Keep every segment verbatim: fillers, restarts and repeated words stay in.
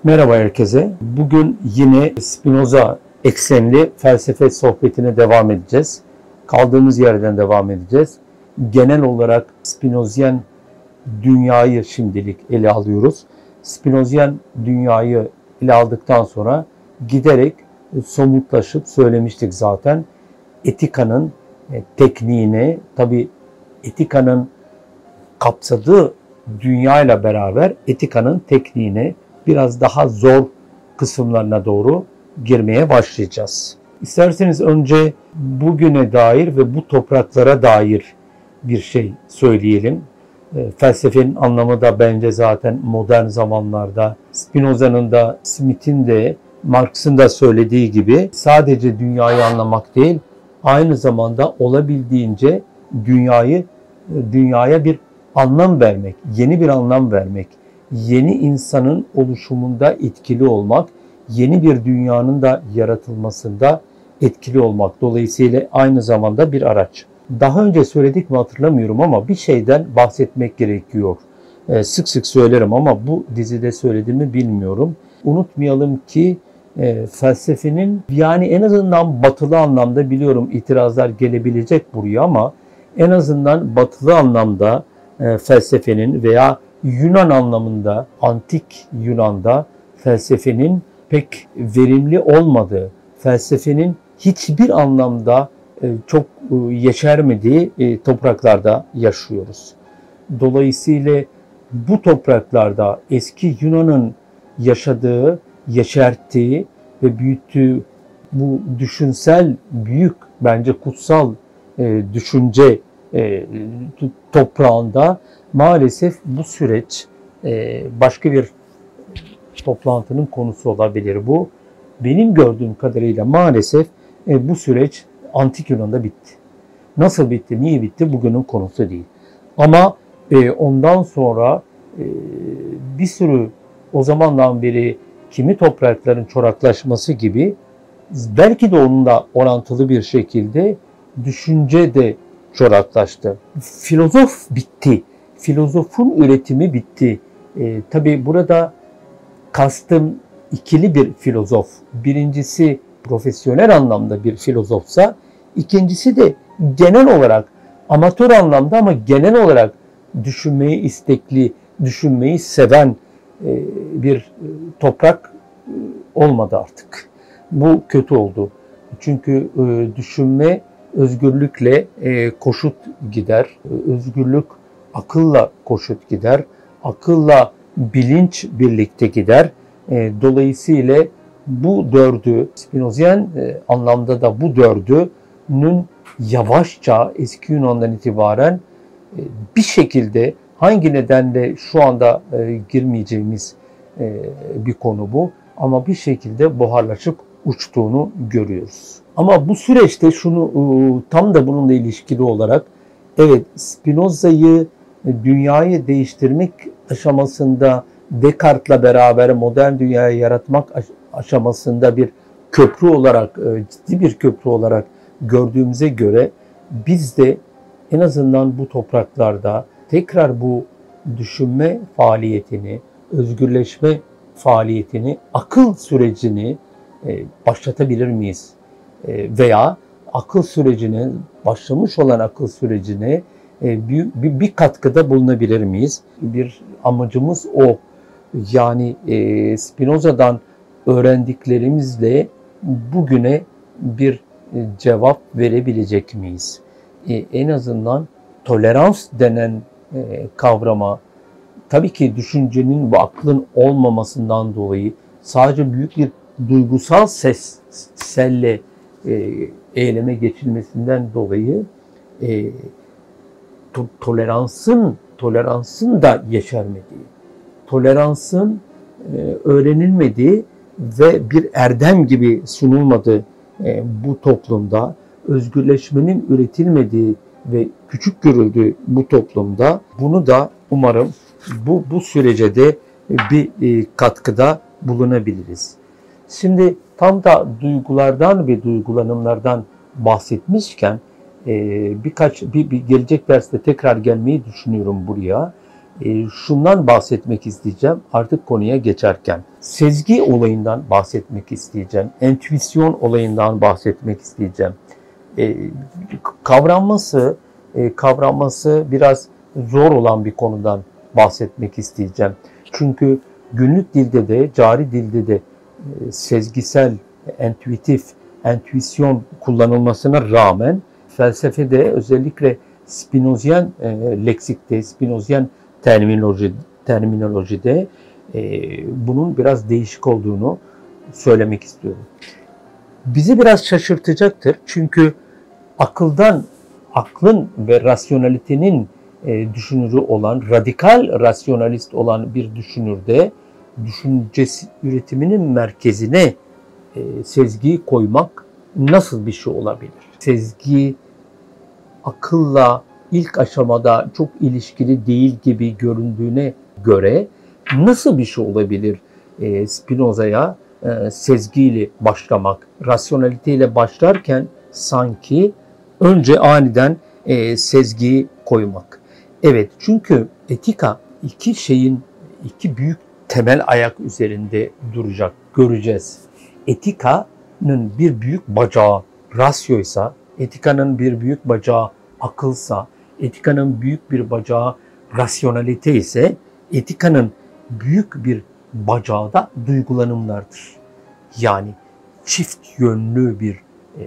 Merhaba herkese. Bugün yine Spinoza eksenli felsefe sohbetine devam edeceğiz. Kaldığımız yerden devam edeceğiz. Genel olarak Spinozyen dünyayı şimdilik ele alıyoruz. Spinozyen dünyayı ele aldıktan sonra giderek somutlaşıp söylemiştik zaten. Etikanın tekniğini, tabii etikanın kapsadığı dünyayla beraber etikanın tekniğini biraz daha zor kısımlarına doğru girmeye başlayacağız. İsterseniz önce bugüne dair ve bu topraklara dair bir şey söyleyelim. E, felsefenin anlamı da bence zaten modern zamanlarda Spinoza'nın da Smith'in de Marx'ın da söylediği gibi sadece dünyayı anlamak değil, aynı zamanda olabildiğince dünyayı dünyaya bir anlam vermek, yeni bir anlam vermek, yeni insanın oluşumunda etkili olmak, yeni bir dünyanın da yaratılmasında etkili olmak. Dolayısıyla aynı zamanda bir araç. Daha önce söyledik mi hatırlamıyorum ama bir şeyden bahsetmek gerekiyor. Ee, sık sık söylerim ama bu dizide söylediğimi bilmiyorum. Unutmayalım ki e, felsefenin, yani en azından batılı anlamda, biliyorum itirazlar gelebilecek buraya ama en azından batılı anlamda e, felsefenin veya Yunan anlamında, antik Yunan'da felsefenin pek verimli olmadığı, felsefenin hiçbir anlamda çok yeşermediği topraklarda yaşıyoruz. Dolayısıyla bu topraklarda eski Yunan'ın yaşadığı, yeşerttiği ve büyüttüğü bu düşünsel, büyük, bence kutsal düşünce toprağında maalesef bu süreç başka bir toplantının konusu olabilir bu. Benim gördüğüm kadarıyla maalesef bu süreç Antik Yunan'da bitti. Nasıl bitti, niye bitti bugünün konusu değil. Ama ondan sonra bir sürü o zamandan beri kimi toprakların çoraklaşması gibi belki de onunla orantılı bir şekilde düşünce de çoraklaştı. Filozof bitti. Filozofun üretimi bitti. E, tabii burada kastım ikili bir filozof. Birincisi profesyonel anlamda bir filozofsa, ikincisi de genel olarak amatör anlamda ama genel olarak düşünmeyi istekli, düşünmeyi seven e, bir toprak e, olmadı artık. Bu kötü oldu. Çünkü e, düşünme özgürlükle e, koşut gider. Özgürlük akılla koşut gider. Akılla bilinç birlikte gider. E, dolayısıyla bu dördü, Spinozyen e, anlamda da bu dördünün yavaşça eski Yunan'dan itibaren e, bir şekilde, hangi nedenle şu anda e, girmeyeceğimiz e, bir konu bu, ama bir şekilde buharlaşıp uçtuğunu görüyoruz. Ama bu süreçte şunu, tam da bununla ilişkili olarak, evet, Spinoza'yı dünyayı değiştirmek aşamasında, Descartes'la beraber modern dünyayı yaratmak aşamasında bir köprü olarak, ciddi bir köprü olarak gördüğümüze göre, biz de en azından bu topraklarda tekrar bu düşünme faaliyetini, özgürleşme faaliyetini, akıl sürecini başlatabilir miyiz? Veya akıl sürecine, başlamış olan akıl sürecine bir, bir, bir katkıda bulunabilir miyiz? Bir amacımız o. Yani e, Spinoza'dan öğrendiklerimizle bugüne bir cevap verebilecek miyiz? E, en azından tolerans denen e, kavrama, tabii ki düşüncenin ve aklın olmamasından dolayı sadece büyük bir duygusal ses, selle e, eyleme geçilmesinden dolayı e, to, toleransın toleransın da yeşermediği, toleransın e, öğrenilmediği ve bir erdem gibi sunulmadığı e, bu toplumda, özgürleşmenin üretilmediği ve küçük görüldüğü bu toplumda, bunu da umarım bu bu sürece de bir e, katkıda bulunabiliriz. Şimdi tam da duygulardan ve duygulanımlardan bahsetmişken e, birkaç bir, bir gelecek derste tekrar gelmeyi düşünüyorum buraya. E, şundan bahsetmek isteyeceğim artık konuya geçerken. Sezgi olayından bahsetmek isteyeceğim. Entüisyon olayından bahsetmek isteyeceğim. E, kavranması, e, kavranması biraz zor olan bir konudan bahsetmek isteyeceğim. Çünkü günlük dilde de, cari dilde de e, sezgisel, entüitif, entüisyon kullanılmasına rağmen felsefede özellikle Spinozyen e, leksikte, Spinozyen terminoloji, terminolojide e, bunun biraz değişik olduğunu söylemek istiyorum. Bizi biraz şaşırtacaktır çünkü akıldan, aklın ve rasyonalitenin e, düşünürü olan, radikal rasyonalist olan bir düşünürde düşüncesi üretiminin merkezine e, sezgiyi koymak nasıl bir şey olabilir? Sezgi akılla ilk aşamada çok ilişkili değil gibi göründüğüne göre nasıl bir şey olabilir e, Spinoza'ya e, sezgiyle başlamak? Rasyonaliteyle başlarken sanki önce aniden e, sezgiyi koymak. Evet, çünkü etika iki şeyin, iki büyük temel ayak üzerinde duracak, göreceğiz. Etikanın bir büyük bacağı rasyoysa, etikanın bir büyük bacağı akılsa, etikanın büyük bir bacağı rasyonalite ise, etikanın büyük bir bacağı da duygulanımlardır. Yani çift yönlü bir e,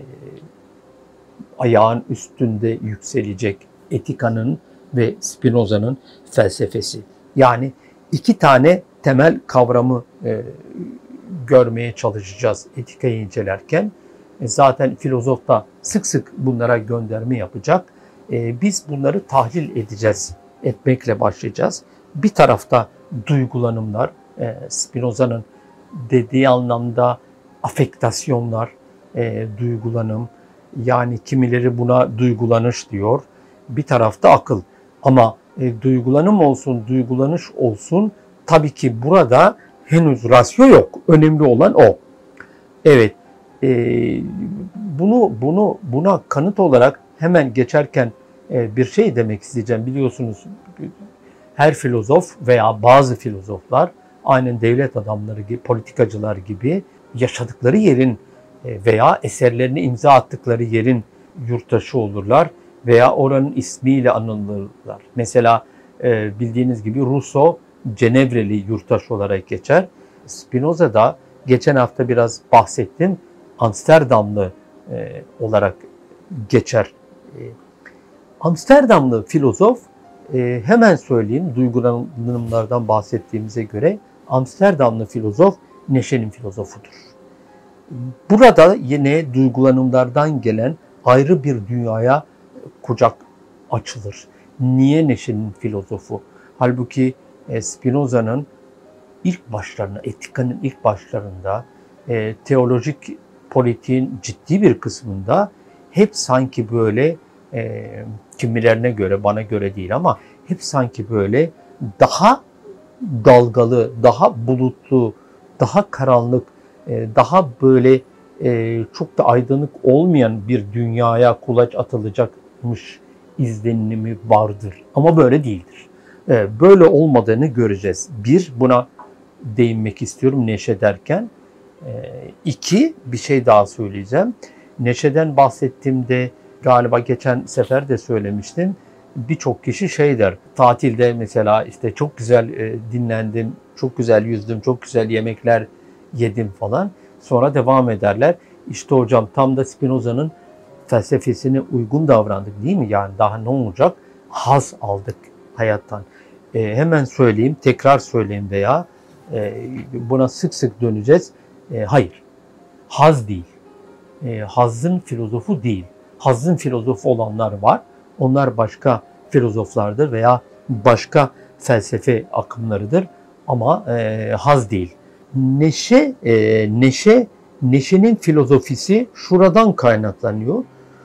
ayağın üstünde yükselecek etikanın ve Spinoza'nın felsefesi. Yani iki tane temel kavramı e, görmeye çalışacağız etikayı incelerken. E, zaten filozof da sık sık bunlara gönderme yapacak. E, biz bunları tahlil edeceğiz, etmekle başlayacağız. Bir tarafta duygulanımlar, e, Spinoza'nın dediği anlamda afektasyonlar, e, duygulanım, yani kimileri buna duygulanış diyor. Bir tarafta akıl. Ama e, duygulanım olsun, duygulanış olsun, tabii ki burada henüz rasyo yok. Önemli olan o. Evet, e, bunu bunu buna kanıt olarak hemen geçerken e, bir şey demek isteyeceğim. Biliyorsunuz her filozof veya bazı filozoflar aynen devlet adamları gibi, politikacılar gibi yaşadıkları yerin veya eserlerini imza attıkları yerin yurttaşı olurlar veya oranın ismiyle anılırlar. Mesela bildiğiniz gibi Rousseau Cenevreli yurttaş olarak geçer. Spinoza da geçen hafta biraz bahsettim, Amsterdamlı olarak geçer. Amsterdamlı filozof, hemen söyleyeyim, duygulanımlardan bahsettiğimize göre Amsterdamlı filozof neşenin filozofudur. Burada yine duygulanımlardan gelen ayrı bir dünyaya kucak açılır. Niye neşenin filozofu? Halbuki Spinoza'nın ilk başlarında, etikanın ilk başlarında, e, teolojik politiğin ciddi bir kısmında hep sanki böyle, e, kimilerine göre, bana göre değil ama hep sanki böyle daha dalgalı, daha bulutlu, daha karanlık, daha böyle çok da aydınlık olmayan bir dünyaya kulaç atılacakmış izlenimi vardır. Ama böyle değildir. Böyle olmadığını göreceğiz. Bir, buna değinmek istiyorum neşe derken. İki, bir şey daha söyleyeceğim. Neşeden bahsettiğimde galiba geçen sefer de söylemiştim. Birçok kişi şey der, tatilde mesela işte çok güzel dinlendim, çok güzel yüzdüm, çok güzel yemekler yedim falan. Sonra devam ederler. İşte hocam tam da Spinoza'nın felsefesine uygun davrandık değil mi? Yani daha ne olacak? Haz aldık hayattan. E, hemen söyleyeyim, tekrar söyleyeyim veya e, buna sık sık döneceğiz. E, hayır, haz değil. E, hazın filozofu değil. Hazın filozofu olanlar var. Onlar başka filozoflardır veya başka felsefe akımlarıdır. Ama e, haz değil. Neşe, e, neşe, neşenin filozofisi şuradan kaynaklanıyor.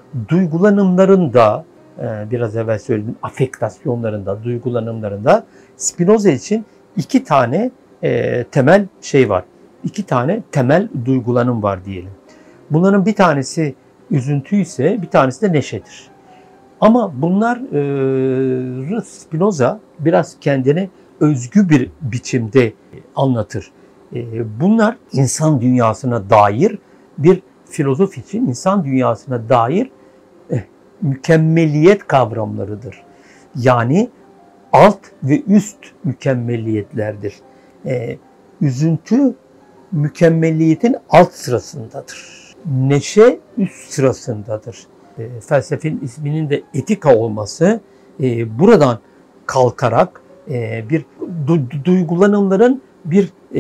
Duygulanımlarında, e, biraz evvel söyledim, afektasyonlarında, duygulanımlarında Spinoza için iki tane e, temel şey var. İki tane temel duygulanım var diyelim. Bunların bir tanesi üzüntü ise bir tanesi de neşedir. Ama bunlar e, Spinoza biraz kendini özgü bir biçimde anlatır. E, bunlar insan dünyasına dair bir filozof için insan dünyasına dair e, mükemmeliyet kavramlarıdır. Yani alt ve üst mükemmeliyetlerdir. E, üzüntü mükemmeliyetin alt sırasındadır. Neşe üst sırasındadır. E, felsefenin isminin de etika olması e, buradan kalkarak e, bir du, duygulanımların bir e,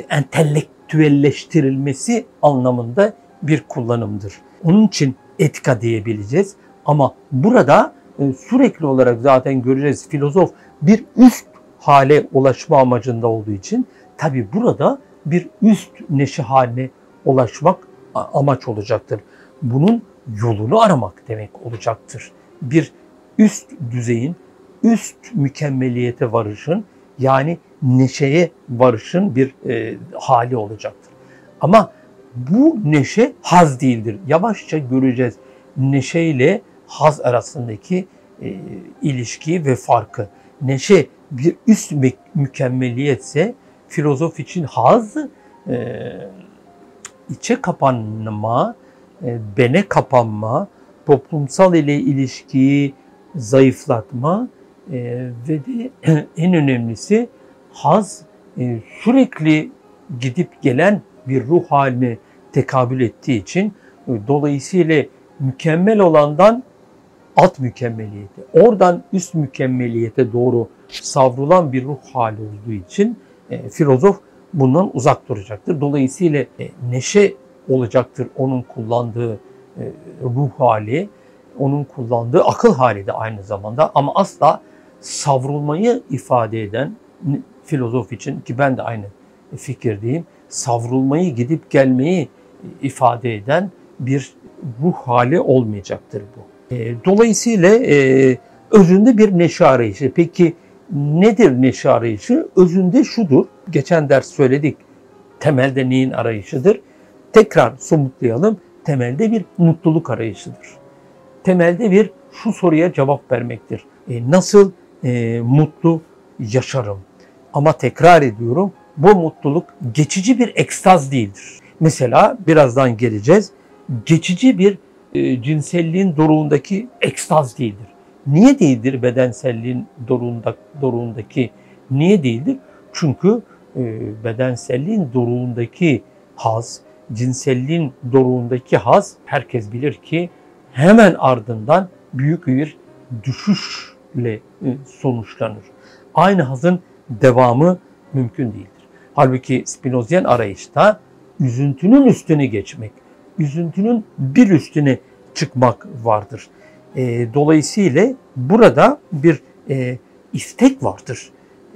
entelektüelleştirilmesi anlamında bir kullanımdır. Onun için etika diyebileceğiz. Ama burada e, sürekli olarak zaten göreceğiz filozof bir üst hale ulaşma amacında olduğu için tabi burada bir üst neşe haline ulaşmak amaç olacaktır. Bunun yolunu aramak demek olacaktır. Bir üst düzeyin, üst mükemmeliyete varışın yani neşeye varışın bir e, hali olacaktır. Ama bu neşe haz değildir. Yavaşça göreceğiz neşeyle haz arasındaki e, ilişkiyi ve farkı. Neşe bir üst mükemmeliyetse filozof için haz e, içe kapanma, e, bene kapanma, toplumsal ile ilişkiyi zayıflatma e, ve de en önemlisi haz e, sürekli gidip gelen bir ruh haline tekabül ettiği için e, dolayısıyla mükemmel olandan alt mükemmeliyete, oradan üst mükemmeliyete doğru savrulan bir ruh hali olduğu için e, filozof bundan uzak duracaktır. Dolayısıyla e, neşe olacaktır onun kullandığı e, ruh hali, onun kullandığı akıl hali de aynı zamanda ama asla savrulmayı ifade eden filozof için ki ben de aynı fikirdeyim, savrulmayı gidip gelmeyi ifade eden bir ruh hali olmayacaktır bu. E, dolayısıyla e, özünde bir neşe arayışı. Peki nedir neşe arayışı? Özünde şudur. Geçen ders söyledik. Temelde neyin arayışıdır? Tekrar somutlayalım. Temelde bir mutluluk arayışıdır. Temelde bir şu soruya cevap vermektir. E, nasıl e, mutlu yaşarım? Ama tekrar ediyorum, bu mutluluk geçici bir ekstaz değildir. Mesela birazdan geleceğiz. Geçici bir e, cinselliğin doruğundaki ekstaz değildir. Niye değildir bedenselliğin doruğunda, doruğundaki? Niye değildir? Çünkü e, bedenselliğin doruğundaki haz, cinselliğin doruğundaki haz herkes bilir ki hemen ardından büyük bir düşüşle e, sonuçlanır. Aynı hazın devamı mümkün değildir. Halbuki Spinozyen arayışta üzüntünün üstüne geçmek, üzüntünün bir üstüne çıkmak vardır. E, dolayısıyla burada bir e, istek vardır. E,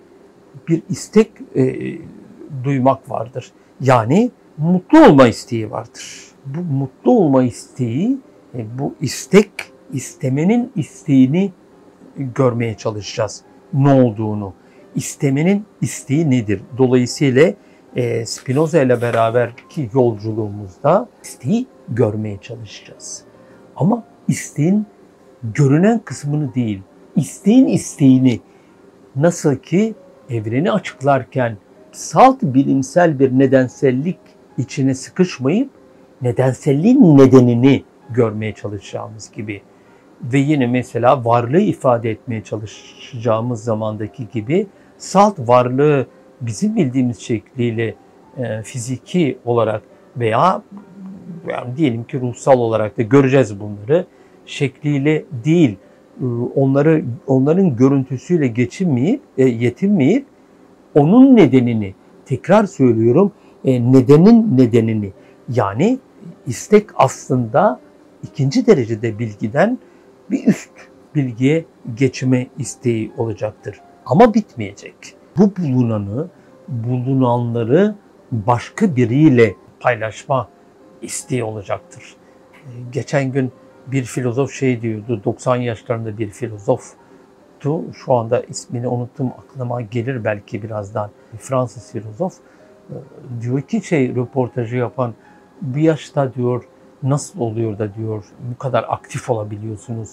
bir istek e, duymak vardır. Yani mutlu olma isteği vardır. Bu mutlu olma isteği, e, bu istek, istemenin isteğini görmeye çalışacağız. Ne olduğunu, istemenin isteği nedir? Dolayısıyla e, Spinoza ile beraberki yolculuğumuzda isteği görmeye çalışacağız. Ama isteğin görünen kısmını değil, isteğin isteğini nasıl ki evreni açıklarken salt bilimsel bir nedensellik içine sıkışmayıp nedenselliğin nedenini görmeye çalışacağımız gibi ve yine mesela varlığı ifade etmeye çalışacağımız zamandaki gibi salt varlığı bizim bildiğimiz şekliyle e, fiziki olarak veya yani diyelim ki ruhsal olarak da göreceğiz bunları şekliyle değil onları onların görüntüsüyle geçinmeyip e, yetinmeyip onun nedenini tekrar söylüyorum e, nedenin nedenini yani istek aslında ikinci derecede bilgiden bir üst bilgiye geçme isteği olacaktır. Ama bitmeyecek. Bu bulunanı, bulunanları başka biriyle paylaşma isteği olacaktır. Geçen gün bir filozof şey diyordu, doksan yaşlarında bir filozoftu. Şu anda ismini unuttum, aklıma gelir belki birazdan. Fransız filozof. Diyor ki şey röportajı yapan, bu yaşta diyor nasıl oluyor da diyor bu kadar aktif olabiliyorsunuz.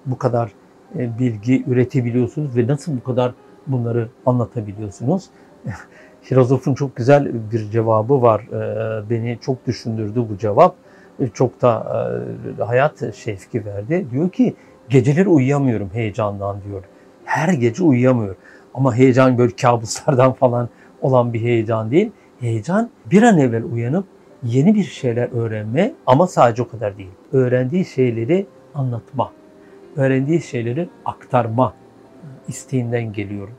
bu kadar e, bilgi üretebiliyorsunuz ve nasıl bu kadar bunları anlatabiliyorsunuz? Filozofun çok güzel bir cevabı var. E, beni çok düşündürdü bu cevap. E, çok da e, hayat şevki verdi. Diyor ki geceleri uyuyamıyorum heyecandan diyor. Her gece uyuyamıyor. Ama heyecan böyle kabuslardan falan olan bir heyecan değil. Heyecan bir an evvel uyanıp yeni bir şeyler öğrenme ama sadece o kadar değil. Öğrendiği şeyleri anlatma, öğrendiği şeyleri aktarma isteğinden geliyorum.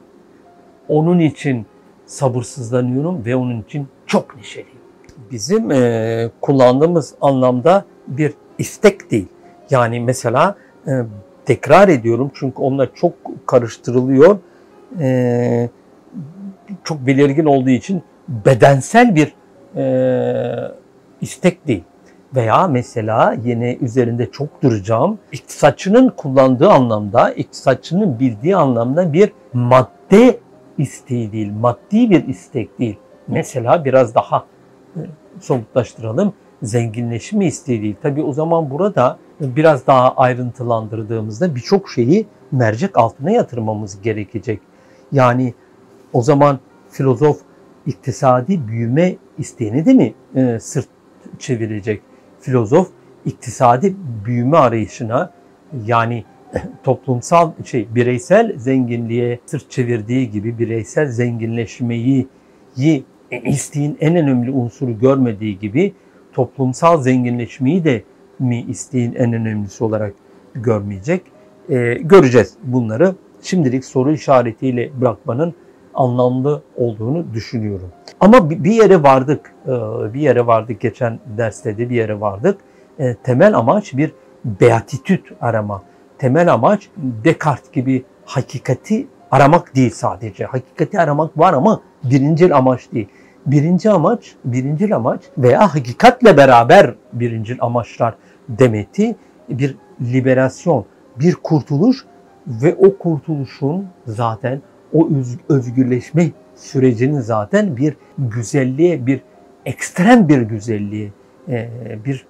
Onun için sabırsızlanıyorum ve onun için çok neşeliyim. Bizim e, kullandığımız anlamda bir istek değil. Yani mesela e, tekrar ediyorum çünkü onlar çok karıştırılıyor. E, çok belirgin olduğu için bedensel bir e, istek değil. Veya mesela yine üzerinde çok duracağım. İktisatçının kullandığı anlamda, iktisatçının bildiği anlamda bir madde isteği değil, maddi bir istek değil. Mesela biraz daha e, somutlaştıralım. Zenginleşme isteği değil. Tabii o zaman burada biraz daha ayrıntılandırdığımızda birçok şeyi mercek altına yatırmamız gerekecek. Yani o zaman filozof iktisadi büyüme isteğini de mi e, sırt çevirecek? Filozof iktisadi büyüme arayışına yani toplumsal şey bireysel zenginliğe sırt çevirdiği gibi bireysel zenginleşmeyi isteğin en önemli unsuru görmediği gibi toplumsal zenginleşmeyi de mi isteğin en önemlisi olarak görmeyecek? Ee, göreceğiz bunları. Şimdilik soru işaretiyle bırakmanın anlamlı olduğunu düşünüyorum. Ama bir yere vardık, bir yere vardık geçen derste de bir yere vardık. Temel amaç bir beatitüt arama. Temel amaç Descartes gibi hakikati aramak değil sadece. Hakikati aramak var ama birincil amaç değil. Birinci amaç, birincil amaç veya hakikatle beraber birincil amaçlar demeti bir liberasyon, bir kurtuluş ve o kurtuluşun zaten o özgürleşme sürecinin zaten bir güzelliğe, bir ekstrem bir güzelliğe, bir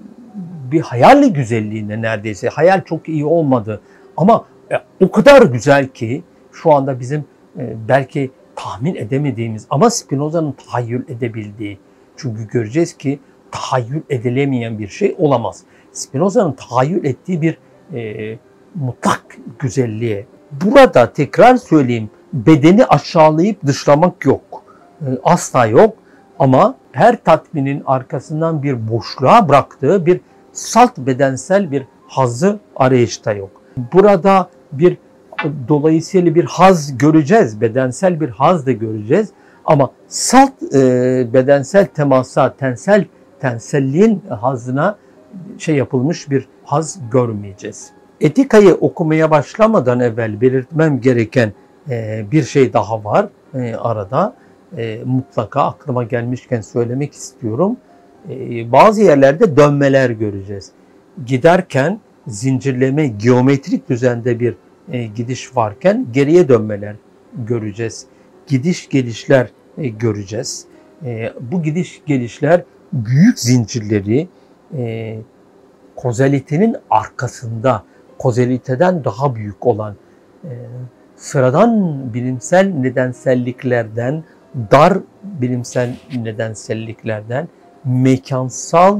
bir hayali güzelliğine neredeyse. Hayal çok iyi olmadı ama o kadar güzel ki şu anda bizim belki tahmin edemediğimiz ama Spinoza'nın tahayyül edebildiği. Çünkü göreceğiz ki tahayyül edilemeyen bir şey olamaz. Spinoza'nın tahayyül ettiği bir e, mutlak güzelliğe. Burada tekrar söyleyeyim, bedeni aşağılayıp dışlamak yok. E, asla yok ama her tatminin arkasından bir boşluğa bıraktığı bir salt bedensel bir hazzı arayışta yok. Burada bir dolayısıyla bir haz göreceğiz, bedensel bir haz da göreceğiz ama salt e, bedensel temasa, tensel tenselliğin hazına şey yapılmış bir haz görmeyeceğiz. Etikayı okumaya başlamadan evvel belirtmem gereken e, bir şey daha var e, arada. E, mutlaka aklıma gelmişken söylemek istiyorum. E, bazı yerlerde dönmeler göreceğiz. Giderken zincirleme, geometrik düzende bir e, gidiş varken geriye dönmeler göreceğiz. Gidiş gelişler e, göreceğiz. E, bu gidiş gelişler büyük zincirleri e, kozalitenin arkasında, kozaliteden daha büyük olan e, sıradan bilimsel nedenselliklerden, dar bilimsel nedenselliklerden, mekansal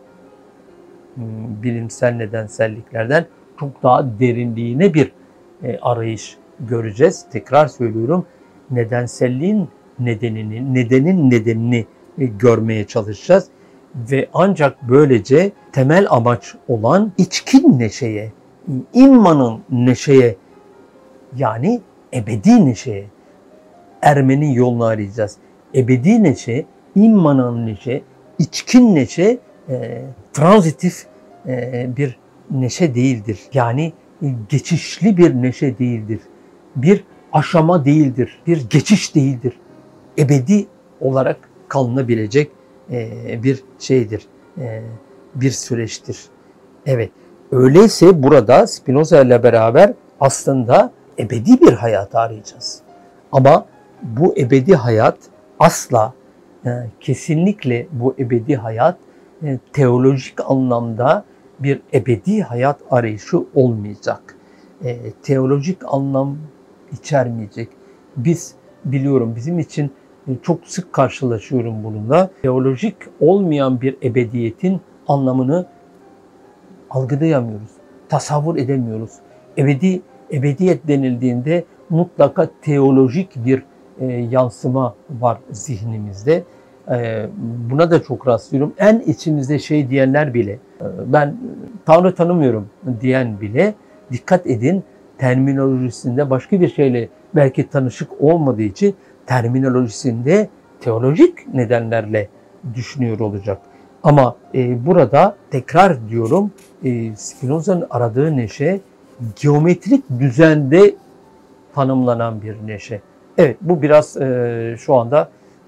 bilimsel nedenselliklerden çok daha derinliğine bir e, arayış göreceğiz. Tekrar söylüyorum, nedenselliğin nedenini, nedenin nedenini e, görmeye çalışacağız. Ve ancak böylece temel amaç olan içkin neşeye, immanın neşeye, yani ebedi neşeye ermenin yolunu arayacağız. Ebedi neşe, immanın neşe, içkin neşe e, transitif e, bir neşe değildir. Yani e, geçişli bir neşe değildir. Bir aşama değildir. Bir geçiş değildir. Ebedi olarak kalınabilecek e, bir şeydir. E, bir süreçtir. Evet. Öyleyse burada Spinoza ile beraber aslında ebedi bir hayat arayacağız. Ama bu ebedi hayat asla, e, kesinlikle bu ebedi hayat e, teolojik anlamda bir ebedi hayat arayışı olmayacak. E, teolojik anlam içermeyecek. Biz biliyorum bizim için çok sık karşılaşıyorum bununla. Teolojik olmayan bir ebediyetin anlamını algılayamıyoruz. Tasavvur edemiyoruz. Ebedi ebediyet denildiğinde mutlaka teolojik bir e, yansıma var zihnimizde. E, buna da çok rastlıyorum. En içimizde şey diyenler bile, e, ben Tanrı tanımıyorum diyen bile, dikkat edin, terminolojisinde başka bir şeyle belki tanışık olmadığı için terminolojisinde teolojik nedenlerle düşünüyor olacak. Ama e, burada tekrar diyorum, e, Spinoza'nın aradığı neşe geometrik düzende tanımlanan bir neşe. Evet, bu biraz e, şu anda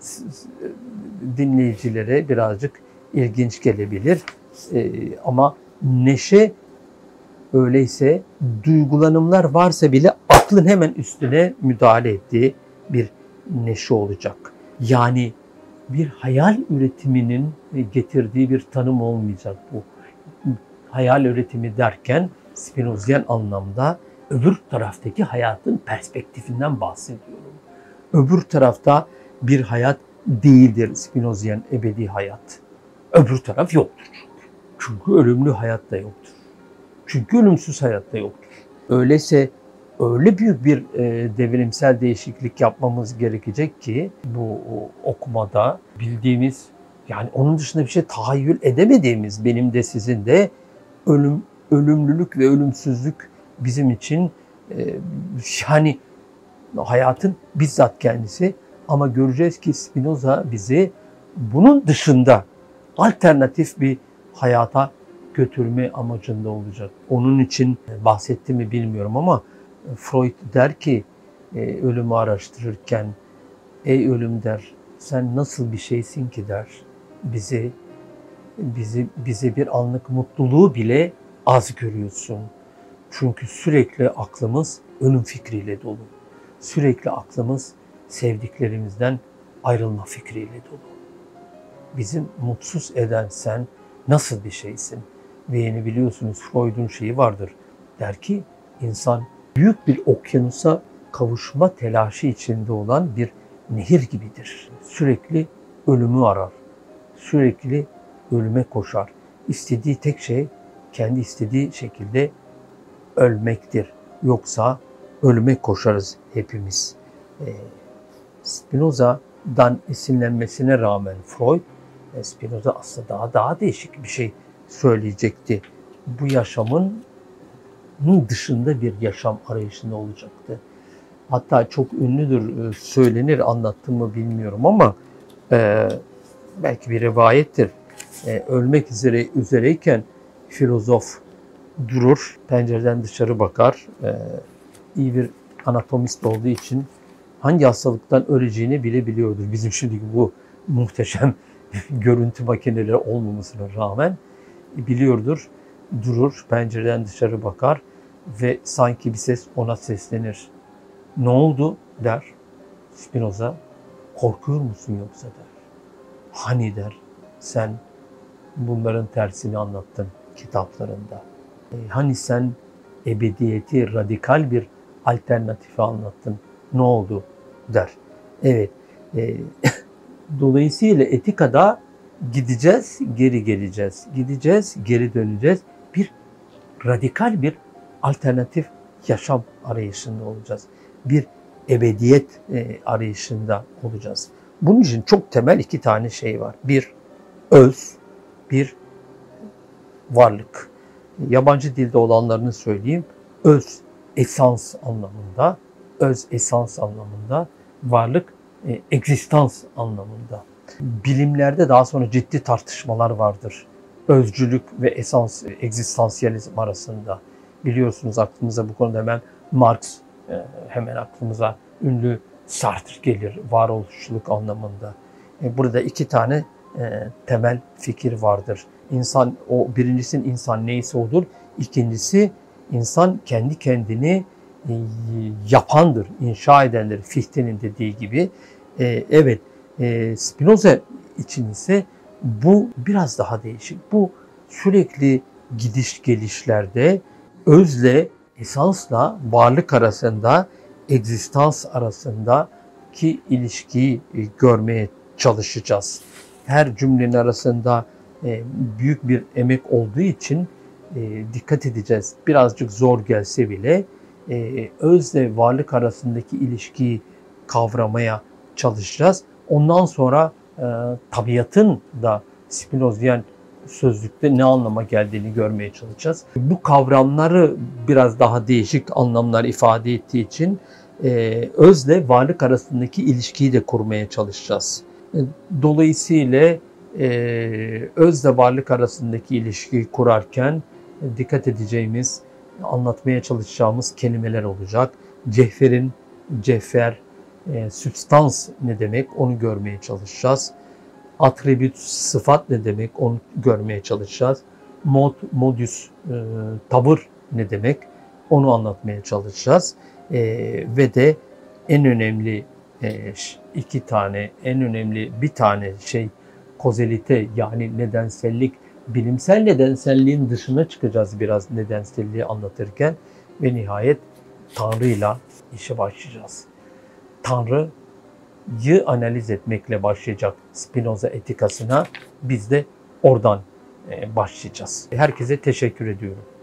dinleyicilere birazcık ilginç gelebilir. E, ama neşe öyleyse duygulanımlar varsa bile aklın hemen üstüne müdahale ettiği bir neşe olacak. Yani bir hayal üretiminin getirdiği bir tanım olmayacak bu. Hayal üretimi derken Spinozian anlamda öbür taraftaki hayatın perspektifinden bahsediyorum. Öbür tarafta bir hayat değildir Spinozian ebedi hayat. Öbür taraf yoktur çünkü. Çünkü ölümlü hayat da yoktur. Çünkü ölümsüz hayat da yoktur. Öyleyse öyle büyük bir e, devrimsel değişiklik yapmamız gerekecek ki bu okumada bildiğimiz, yani onun dışında bir şey tahayyül edemediğimiz, benim de sizin de ölüm, ölümlülük ve ölümsüzlük bizim için e, yani hayatın bizzat kendisi. Ama göreceğiz ki Spinoza bizi bunun dışında alternatif bir hayata götürme amacında olacak. Onun için bahsetti mi bilmiyorum ama Freud der ki e, ölümü araştırırken, ey ölüm der, sen nasıl bir şeysin ki der, bizi bizi bize bir anlık mutluluğu bile az görüyorsun. Çünkü sürekli aklımız ölüm fikriyle dolu. Sürekli aklımız sevdiklerimizden ayrılma fikriyle dolu. Bizi mutsuz eden sen nasıl bir şeysin? Ve yeni biliyorsunuz Freud'un şeyi vardır. Der ki insan büyük bir okyanusa kavuşma telaşı içinde olan bir nehir gibidir. Sürekli ölümü arar. Sürekli ölüme koşar. İstediği tek şey kendi istediği şekilde ölmektir. Yoksa ölüme koşarız hepimiz. E, Spinoza'dan esinlenmesine rağmen Freud, Spinoza aslında daha daha değişik bir şey söyleyecekti. Bu yaşamın dışında bir yaşam arayışında olacaktı. Hatta çok ünlüdür, söylenir, anlattım mı bilmiyorum ama e, belki bir rivayettir. E, ölmek üzere üzereyken filozof durur, pencereden dışarı bakar. E, iyi bir anatomist olduğu için hangi hastalıktan öleceğini bile biliyordur. Bizim şimdiki bu muhteşem görüntü makineleri olmamasına rağmen biliyordur. Durur, pencereden dışarı bakar ve sanki bir ses ona seslenir. Ne oldu der Spinoza. Korkuyor musun yoksa der. Hani der, sen bunların tersini anlattın kitaplarında. E, hani sen ebediyeti radikal bir alternatifi anlattın. Ne oldu der. Evet. E, dolayısıyla etikada gideceğiz, geri geleceğiz. Gideceğiz, geri döneceğiz. Bir radikal bir alternatif yaşam arayışında olacağız. Bir ebediyet e, arayışında olacağız. Bunun için çok temel iki tane şey var. Bir öz, bir varlık. Yabancı dilde olanlarını söyleyeyim. Öz, esans anlamında. Öz, esans anlamında. Varlık, e, egzistans anlamında. Bilimlerde daha sonra ciddi tartışmalar vardır. Özcülük ve esans, egzistansiyalizm arasında. Biliyorsunuz aklımıza bu konuda hemen Marx, e, hemen aklımıza ünlü Sartre gelir varoluşçuluk anlamında. E, burada iki tane e, temel fikir vardır. İnsan, o birincisinin insan neyse odur. İkincisi insan kendi kendini e, yapandır, inşa edendir. Fichte'nin dediği gibi. E, evet, e, Spinoza için ise bu biraz daha değişik. Bu sürekli gidiş gelişlerde özle, esansla varlık arasında, egzistans arasındaki ilişkiyi görmeye çalışacağız. Her cümlenin arasında büyük bir emek olduğu için dikkat edeceğiz. Birazcık zor gelse bile özle varlık arasındaki ilişkiyi kavramaya çalışacağız. Ondan sonra tabiatın da Spinozian sözlükte ne anlama geldiğini görmeye çalışacağız. Bu kavramları biraz daha değişik anlamlar ifade ettiği için e, özle varlık arasındaki ilişkiyi de kurmaya çalışacağız. Dolayısıyla e, özle varlık arasındaki ilişkiyi kurarken e, dikkat edeceğimiz, anlatmaya çalışacağımız kelimeler olacak. Cevherin, cevher, e, substans ne demek onu görmeye çalışacağız. Atribüt, sıfat ne demek onu görmeye çalışacağız. Mod, modus, e, tavır ne demek onu anlatmaya çalışacağız. E, ve de en önemli e, iki tane, en önemli bir tane şey kozalite yani nedensellik, bilimsel nedenselliğin dışına çıkacağız biraz nedenselliği anlatırken ve nihayet Tanrı'yla işe başlayacağız. Tanrı Tanrı'yı analiz etmekle başlayacak Spinoza etikasına. Biz de oradan başlayacağız. Herkese teşekkür ediyorum.